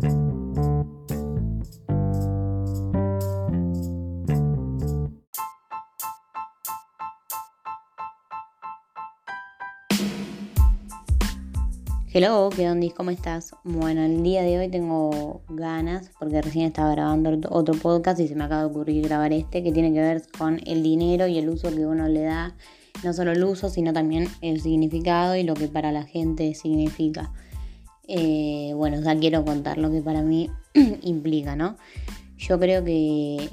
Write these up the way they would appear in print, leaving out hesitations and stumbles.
Hello, ¿qué onda? ¿Cómo estás? Bueno, el día de hoy tengo ganas porque recién estaba grabando otro podcast y se me acaba de ocurrir grabar este que tiene que ver con el dinero y el uso que uno le da, no solo el uso, sino también el significado y lo que para la gente significa. Quiero contar lo que para mí implica, ¿no? Yo creo que,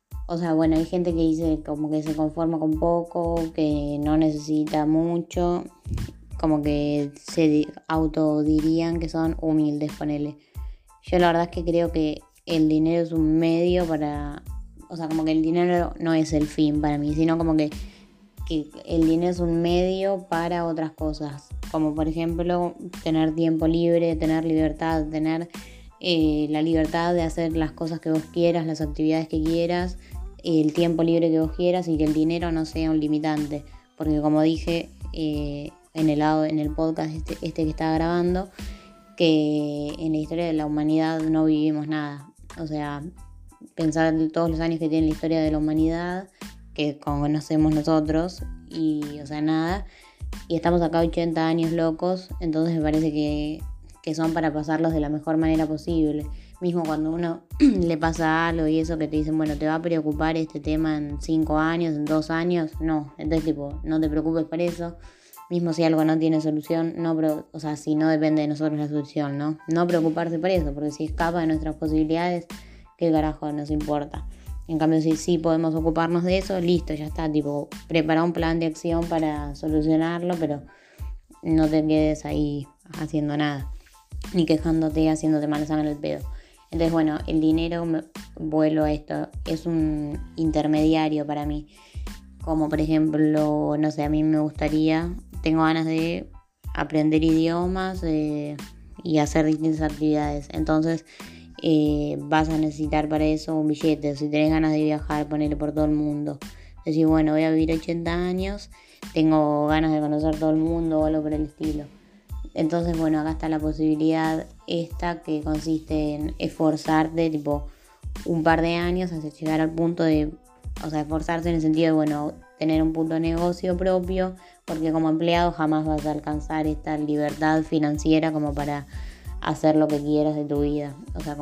hay gente que dice como que se conforma con poco, que no necesita mucho, como que se autodirían que son humildes, ponele. Yo la verdad es que creo que el dinero es un medio como que el dinero no es el fin para mí, sino como que el dinero es un medio para otras cosas, como por ejemplo tener tiempo libre, tener libertad, tener la libertad de hacer las cosas que vos quieras, las actividades que quieras, el tiempo libre que vos quieras y que el dinero no sea un limitante, porque como dije en el podcast este que estaba grabando, que en la historia de la humanidad no vivimos nada. O sea, pensar en todos los años que tiene la historia de la humanidad, que conocemos nosotros, nada. Y estamos acá 80 años locos, entonces me parece que son para pasarlos de la mejor manera posible. Mismo cuando uno le pasa algo y eso que te dicen, bueno, ¿te va a preocupar este tema en 5 años, en 2 años? No, entonces no te preocupes por eso. Mismo si algo no tiene solución, si no depende de nosotros la solución, ¿no? No preocuparse por eso, porque si escapa de nuestras posibilidades, ¿qué carajo nos importa? En cambio, si sí podemos ocuparnos de eso, listo, ya está, prepara un plan de acción para solucionarlo, pero no te quedes ahí haciendo nada, ni quejándote, haciéndote mala sangre el pedo. Entonces, el dinero, vuelvo a esto, es un intermediario para mí. Como por ejemplo, no sé, a mí me gustaría, tengo ganas de aprender idiomas y hacer distintas actividades. Entonces vas a necesitar para eso un billete. Si tenés ganas de viajar, ponerle por todo el mundo. Decir, bueno, voy a vivir 80 años, tengo ganas de conocer todo el mundo o algo por el estilo. Entonces, acá está la posibilidad esta que consiste en esforzarte, un par de años hasta llegar al punto de, esforzarse en el sentido de, tener un punto de negocio propio, porque como empleado jamás vas a alcanzar esta libertad financiera como para hacer lo que quieras de tu vida.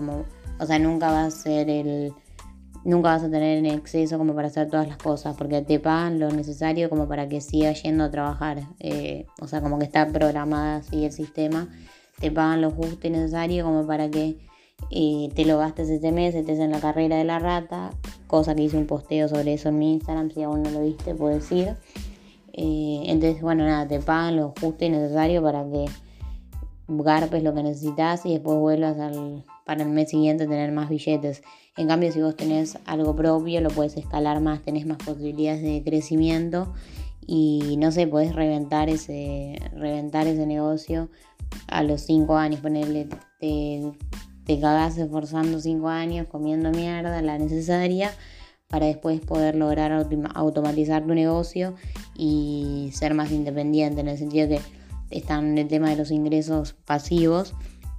Nunca vas a tener en exceso como para hacer todas las cosas, porque te pagan lo necesario como para que sigas yendo a trabajar. Como que está programada así el sistema. Te pagan lo justo y necesario como para que te lo gastes este mes, estés en la carrera de la rata, cosa que hice un posteo sobre eso en mi Instagram, si aún no lo viste puedes ir. Entonces, te pagan lo justo y necesario para que garpes lo que necesitas y después vuelvas para el mes siguiente tener más billetes. En cambio, si vos tenés algo propio, lo puedes escalar más, tenés más posibilidades de crecimiento y no sé, podés reventar ese negocio a los 5 años, ponerle, te cagás esforzando 5 años comiendo mierda, la necesaria, para después poder lograr automatizar tu negocio y ser más independiente, en el sentido que están el tema de los ingresos pasivos,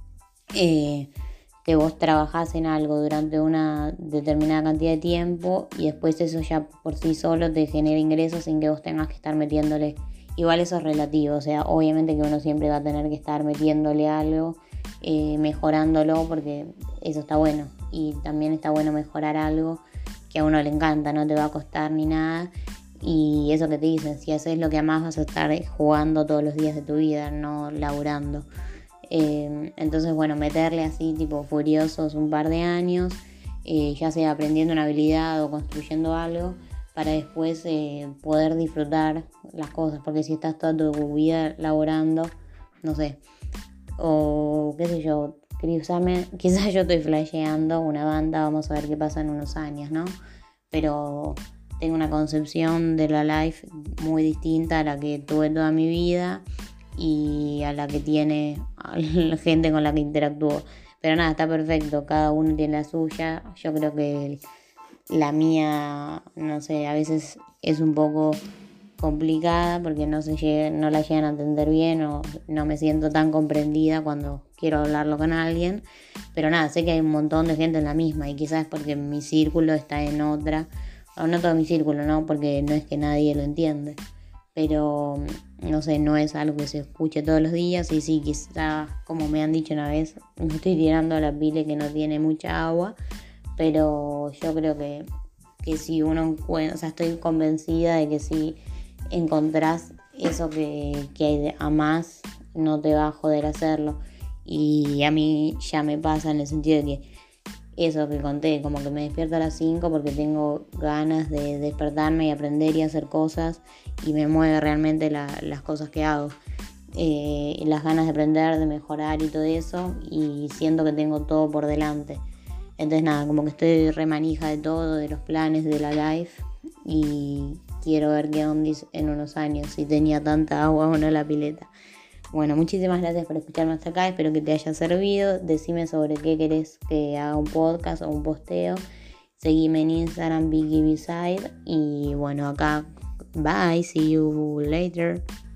que vos trabajás en algo durante una determinada cantidad de tiempo y después eso ya por sí solo te genera ingresos sin que vos tengas que estar metiéndole. Igual eso es relativo, o sea, obviamente que uno siempre va a tener que estar metiéndole algo, mejorándolo, porque eso está bueno. Y también está bueno mejorar algo que a uno le encanta, no te va a costar ni nada. Y eso que te dicen, si haces lo que amás vas a estar jugando todos los días de tu vida, no laburando. Entonces, meterle así furiosos un par de años, ya sea aprendiendo una habilidad o construyendo algo, para después poder disfrutar las cosas. Porque si estás toda tu vida laburando, no sé, o qué sé yo, quizás yo estoy flasheando una banda, vamos a ver qué pasa en unos años, ¿no? Pero tengo una concepción de la life muy distinta a la que tuve toda mi vida y a la que tiene la gente con la que interactúo. Pero nada, está perfecto, cada uno tiene la suya. Yo creo que la mía, no sé, a veces es un poco complicada porque no la llegan a entender bien o no me siento tan comprendida cuando quiero hablarlo con alguien. Pero nada, sé que hay un montón de gente en la misma y quizás porque mi círculo está en otra. O no todo mi círculo, ¿no? Porque no es que nadie lo entiende. Pero no sé, no es algo que se escuche todos los días. Y sí, quizás, como me han dicho una vez, me estoy tirando a la pile que no tiene mucha agua. Pero yo creo que si uno encuentra, o sea, estoy convencida de que si encontrás eso que a más, no te va a joder hacerlo. Y a mí ya me pasa en el sentido de que eso que conté, como que me despierto a las 5 porque tengo ganas de despertarme y aprender y hacer cosas y me mueve realmente las cosas que hago. Las ganas de aprender, de mejorar y todo eso, y siento que tengo todo por delante. Entonces nada, como que estoy remanija de todo, de los planes, de la life, y quiero ver qué onda en unos años, si tenía tanta agua o no la pileta. Bueno, muchísimas gracias por escucharme hasta acá, espero que te haya servido. Decime sobre qué querés que haga un podcast o un posteo. Seguime en Instagram, BiggyBeside. Y bueno, acá, bye, see you later.